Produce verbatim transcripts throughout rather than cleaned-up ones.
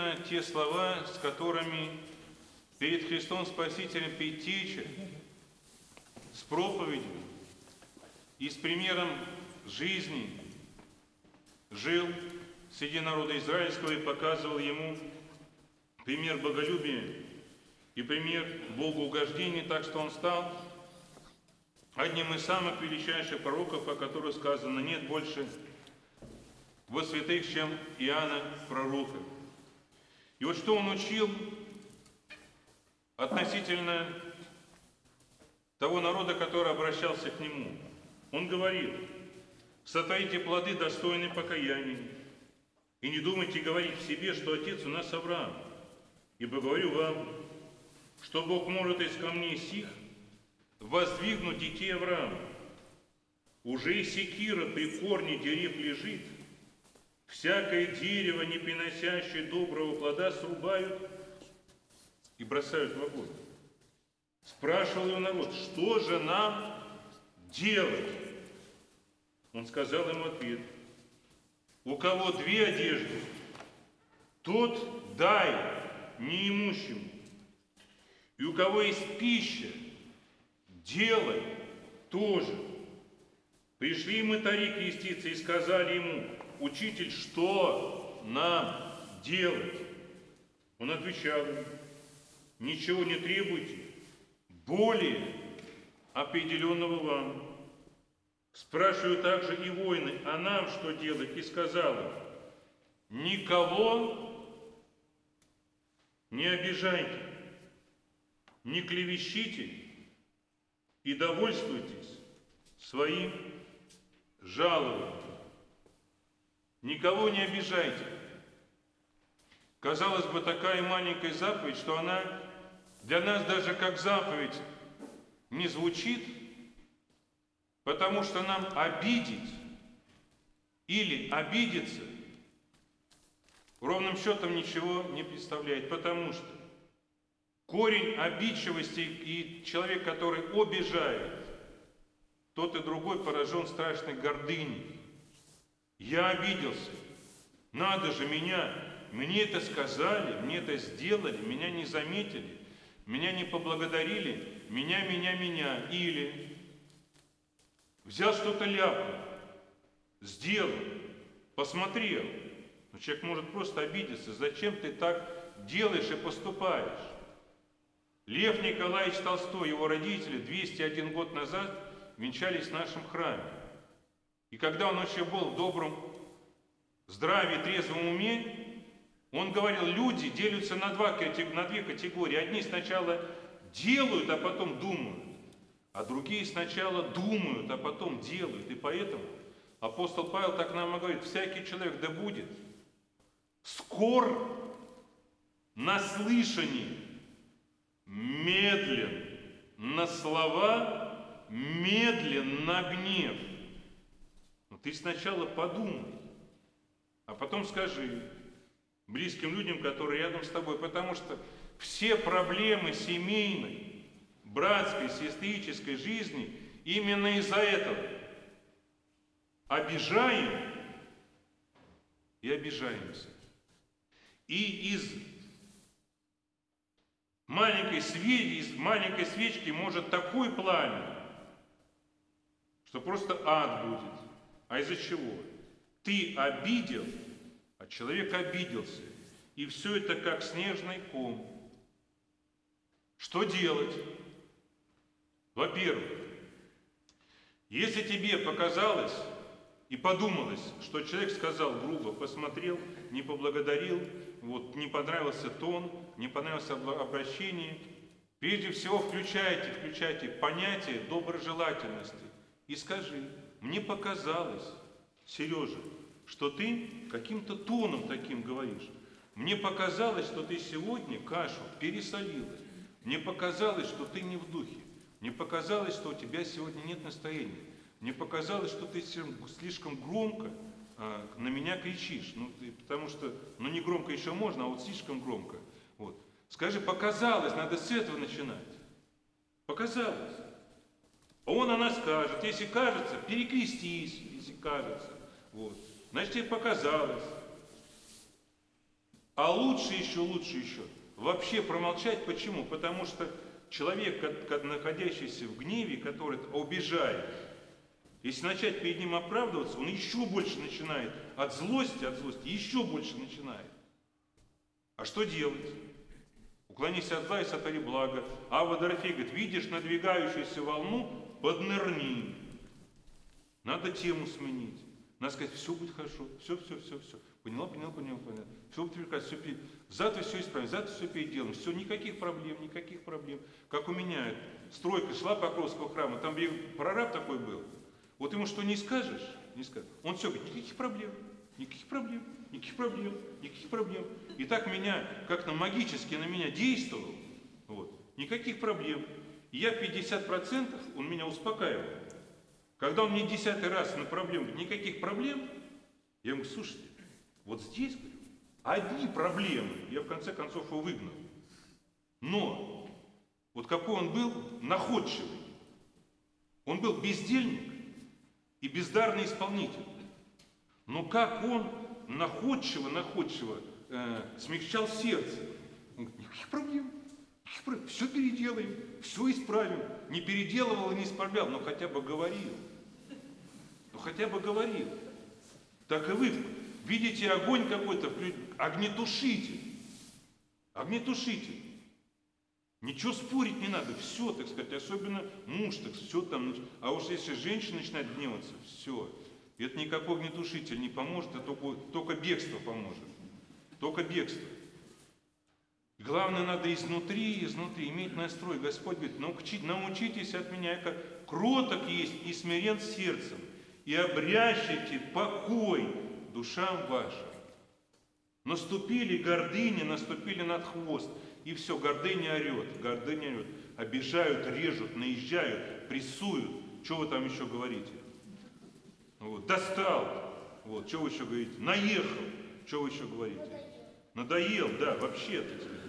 именно те слова, с которыми перед Христом Спасителем предтеча, с проповедью и с примером жизни жил среди народа израильского и показывал ему пример боголюбия и пример богоугождения, так что он стал одним из самых величайших пророков, о которых сказано: нет больше во святых, чем Иоанна пророка. И вот что он учил относительно того народа, который обращался к нему. Он говорил: сотворите плоды, достойные покаяния, и не думайте говорить в себе, что отец у нас Авраам. Ибо говорю вам, что Бог может из камней сих воздвигнуть детей Авраама. Уже и секира при корне дерев лежит, всякое дерево, не приносящее доброго плода, срубают и бросают в огонь. Спрашивал его народ: что же нам делать? Он сказал им в ответ: у кого две одежды, тот дай неимущему, и у кого есть пища, делай тоже. Пришли мытари креститься и сказали ему: учитель, что нам делать? Он отвечал им: ничего не требуйте более определенного вам. Спрашиваю также и воины: а нам что делать? И сказал им: никого не обижайте, не клевещите и довольствуйтесь своим жалованием. Никого не обижайте. Казалось бы, такая маленькая заповедь, что она для нас даже как заповедь не звучит, потому что нам обидеть или обидеться ровным счетом ничего не представляет, потому что корень обидчивости и человек, который обижает, тот и другой поражен страшной гордыней. Я обиделся. Надо же меня, мне это сказали, мне это сделали, меня не заметили, меня не поблагодарили, меня, меня, меня. Или взял что-то ляпнул, сделал, посмотрел. Но человек может просто обидеться. Зачем ты так делаешь и поступаешь? Лев Николаевич Толстой, его родители двести один год назад венчались в нашем храме. И когда он еще был в добром здравии, трезвом уме, он говорил: люди делятся на, два, на две категории. Одни сначала делают, а потом думают, а другие сначала думают, а потом делают. И поэтому апостол Павел так нам и говорит: всякий человек да будет скор на слышание, медлен на слова, медлен на гнев. Но ты сначала подумай, а потом скажи близким людям, которые рядом с тобой, потому что все проблемы семейной, братской, сестрической жизни именно из-за этого. Обижаем и обижаемся. И из маленькой свечи, из маленькой свечки может такой пламя, что просто ад будет. А из-за чего? Ты обидел, а человек обиделся. И все это как снежный ком. Что делать? Во-первых, если тебе показалось и подумалось, что человек сказал грубо, посмотрел, не поблагодарил, вот, не понравился тон, не понравилось обращение, прежде всего включайте, включайте понятие доброжелательности и скажи: мне показалось, Сережа, что ты каким-то тоном таким говоришь. Мне показалось, что ты сегодня кашу пересолила. Мне показалось, что ты не в духе. Мне показалось, что у тебя сегодня нет настроения. Мне показалось, что ты слишком громко а, на меня кричишь. Ну, ты, потому что, ну не громко еще можно, а вот слишком громко. Вот. Скажи: показалось, надо с этого начинать. Показалось. А он, она скажет. Если кажется, перекрестись, если кажется. Вот. Значит, тебе показалось. А лучше еще, лучше еще вообще промолчать. Почему? Потому что человек, находящийся в гневе, который обижает, если начать перед ним оправдываться, он еще больше начинает от злости, от злости, еще больше начинает. А что делать? Уклонись от зла и сотвори благо. Авва Дорофей говорит, видишь надвигающуюся волну, поднырни. Надо тему сменить. Надо сказать, все будет хорошо, все, все, все, все. Поняла, поняла, поняла, поняла. Все будет прекрасно, все, завтра все исправим, завтра все переделаем. Все, никаких проблем, никаких проблем. Как у меня стройка шла Покровского храма, там прораб такой был. Вот ему что не скажешь, не скажешь. Он все говорит, никаких проблем, никаких проблем, никаких проблем, никаких проблем. И так меня, как-то магически на меня действовал. Вот. Никаких проблем. И я пятьдесят процентов, он меня успокаивал. Когда он мне десятый раз на проблему говорит, никаких проблем, я ему говорю, слушайте, вот здесь, говорю, одни проблемы. Я в конце концов его выгнал. Но, вот какой он был находчивый. Он был бездельник и бездарный исполнитель. Но как он находчиво, находчиво э, смягчал сердце. Он говорит, никаких проблем, никаких проблем, все переделаем, все исправим. Не переделывал и не исправлял, но хотя бы говорил. Ну хотя бы говорил. Так и вы видите огонь какой-то, огнетушитель. Огнетушитель. Ничего спорить не надо, все, так сказать, особенно муж, так все там. А уж если женщина начинает гневаться, все. Это никакой огнетушитель не поможет, а только, только бегство поможет. Только бегство. Главное, надо изнутри, изнутри иметь настрой. Господь говорит, научите, научитесь от меня, я как кроток есть и смирен сердцем, и обрящите покой душам вашим. Наступили гордыни, наступили над хвост. И все, гордыня орет, гордыня орет. Обижают, режут, наезжают, прессуют. Что вы там еще говорите? Вот, достал. Вот, что вы еще говорите? Наехал. Что вы еще говорите? Надоел, да, вообще. Так сказать.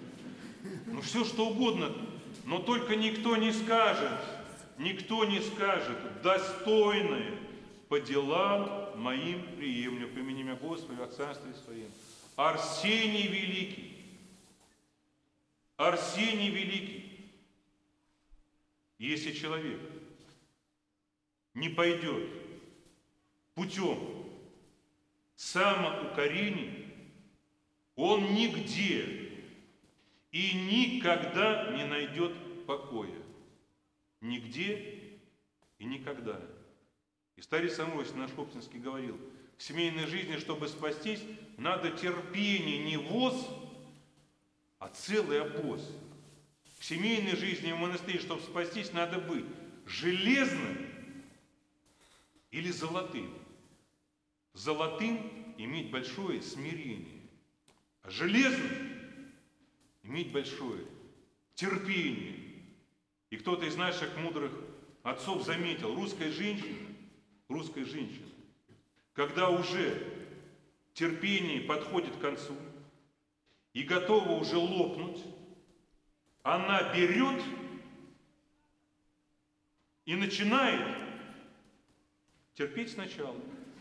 Ну все что угодно, но только никто не скажет, никто не скажет, достойное по делам моим приемлю, по имени Господа, в Царстве Своем. Арсений Великий. Арсений Великий. Если человек не пойдет путем самоукорения, он нигде и никогда не найдет покоя. Нигде и никогда. И старец Самойский наш Хоптинский говорил, в семейной жизни, чтобы спастись, надо терпение, не воз, а целый обоз. В семейной жизни в монастыре, чтобы спастись, надо быть железным или золотым. Золотым иметь большое смирение, а железным иметь большое терпение. И кто-то из наших мудрых отцов заметил, русская женщина, русская женщина, когда уже терпение подходит к концу и готова уже лопнуть, она берет и начинает терпеть сначала.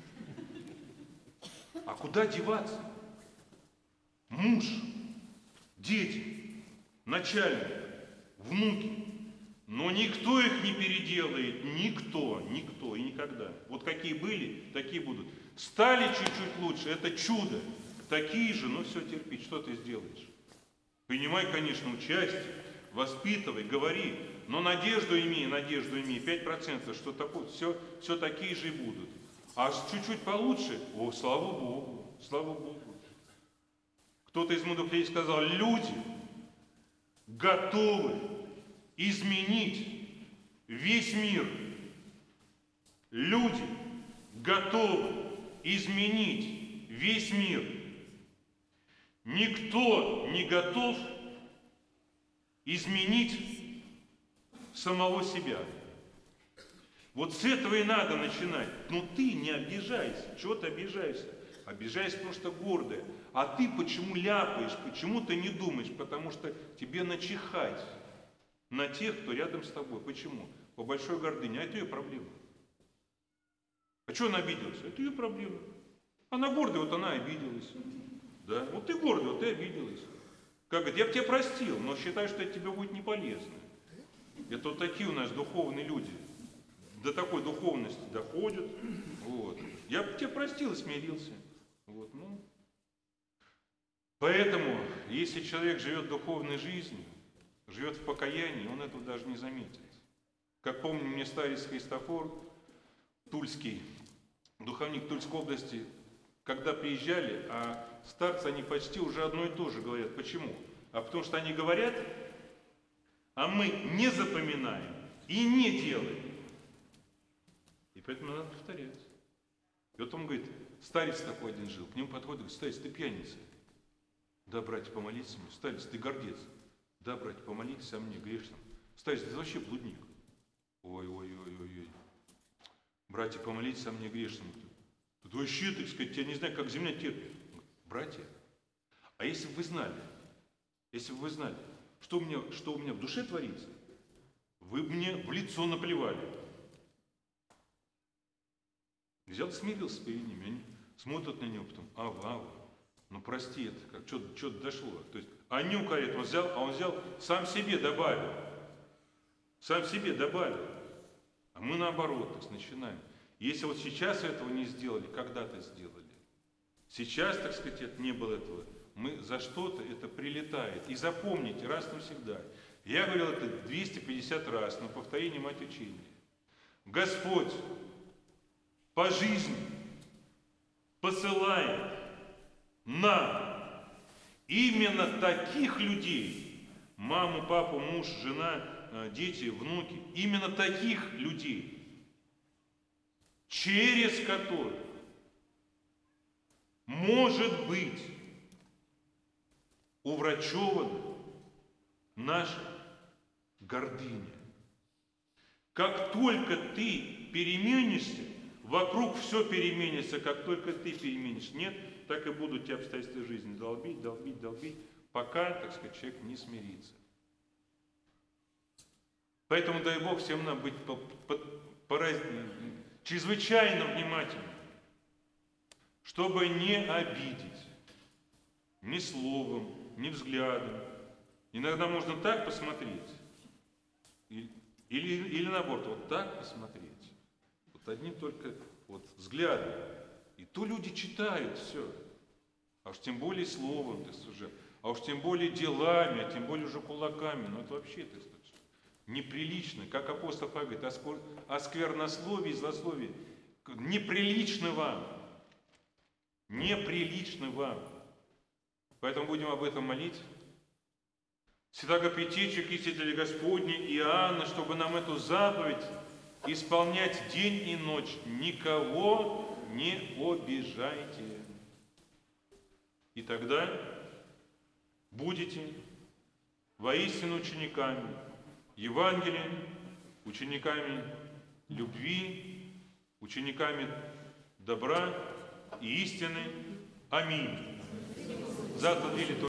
А куда деваться? Муж, дети, начальник, внуки. Но никто их не переделает, никто, никто и никогда. Вот какие были, такие будут. Стали чуть-чуть лучше, это чудо. Такие же, ну все, терпи, что ты сделаешь? Принимай, конечно, участие, воспитывай, говори, но надежду имей, надежду имей, пять процентов, что такое, все, все такие же и будут. А чуть-чуть получше, о, слава Богу, слава Богу. Кто-то из мудрых людей сказал, люди готовы изменить весь мир. Люди готовы изменить весь мир. Никто не готов изменить самого себя. Вот с этого и надо начинать. Но ты не обижайся. Чего ты обижаешься? Обижаешься, потому что гордая. А ты почему ляпаешь? Почему ты не думаешь? Потому что тебе начихать на тех, кто рядом с тобой. Почему? По большой гордыне. А это ее проблема. А что она обиделась? Это ее проблема. Она гордая, вот она обиделась. Да? Вот ты гордый, вот ты обиделась. Как говорит, я бы тебя простил, но считаю, что это тебе будет не полезно. Это вот такие у нас духовные люди. До такой духовности доходят. Вот. Я бы тебя простил и смирился. Вот, ну. Поэтому, если человек живет духовной жизнью, живет в покаянии, он этого даже не заметит. Как помню, мне старец Христофор, тульский, духовник Тульской области, когда приезжали, а старцы, они почти уже одно и то же говорят. Почему? А потому что они говорят, а мы не запоминаем и не делаем. И поэтому надо повторять. И вот он говорит, старец такой один жил, к нему подходит, говорит, старец, ты пьяница. Да, братья, помолитесь мне. Старец, ты гордец. Да, братья, помолитесь о мне, грешном. Старец, ты вообще блудник. Ой-ой-ой-ой-ой. Братья, помолитесь о мне, грешном. Тут вообще, так сказать, я не знаю, как земля терпит. Братья, а если бы вы знали, если бы вы знали, что у меня, что у меня в душе творится, вы бы мне в лицо наплевали. Взял, смирился перед ними, они смотрят на него потом, ава, ава, ну прости, это как, что-то дошло. То есть, Анюка, говорит, он взял, а он взял, сам себе добавил. Сам себе добавил. А мы наоборот, так начинаем. Если вот сейчас этого не сделали, когда-то сделали. Сейчас, так сказать, это не было этого. Мы за что-то это прилетает. И запомните раз навсегда. Я говорил это двести пятьдесят раз, но повторение мать учения. Господь по жизни посылает нам именно таких людей, маму, папу, муж, жена, дети, внуки, именно таких людей, через которых может быть уврачевана наша гордыня. Как только ты переменишься, вокруг все переменится, как только ты переменишься. Нет, так и будут те обстоятельства жизни долбить, долбить, долбить, пока, так сказать, человек не смирится. Поэтому дай Бог всем нам быть по, по, по, чрезвычайно внимательными, чтобы не обидеть ни словом, ни взглядом. Иногда можно так посмотреть, или, или, или наоборот, вот так посмотреть. Вот одним только вот взглядом. И то люди читают все. А уж тем более словом, так сказать, а уж тем более делами, а тем более уже кулаками. Ну это вообще, так сказать, неприлично. Как апостол Павел говорит, о сквернословии и злословии. Неприлично вам. Неприлично вам. Поэтому будем об этом молить. Святаго Пятичи, Крестителя Господня, Иоанна, чтобы нам эту заповедь исполнять день и ночь. Никого не обижайте. И тогда будете воистину учениками Евангелия, учениками любви, учениками добра и истины. Аминь. Завтра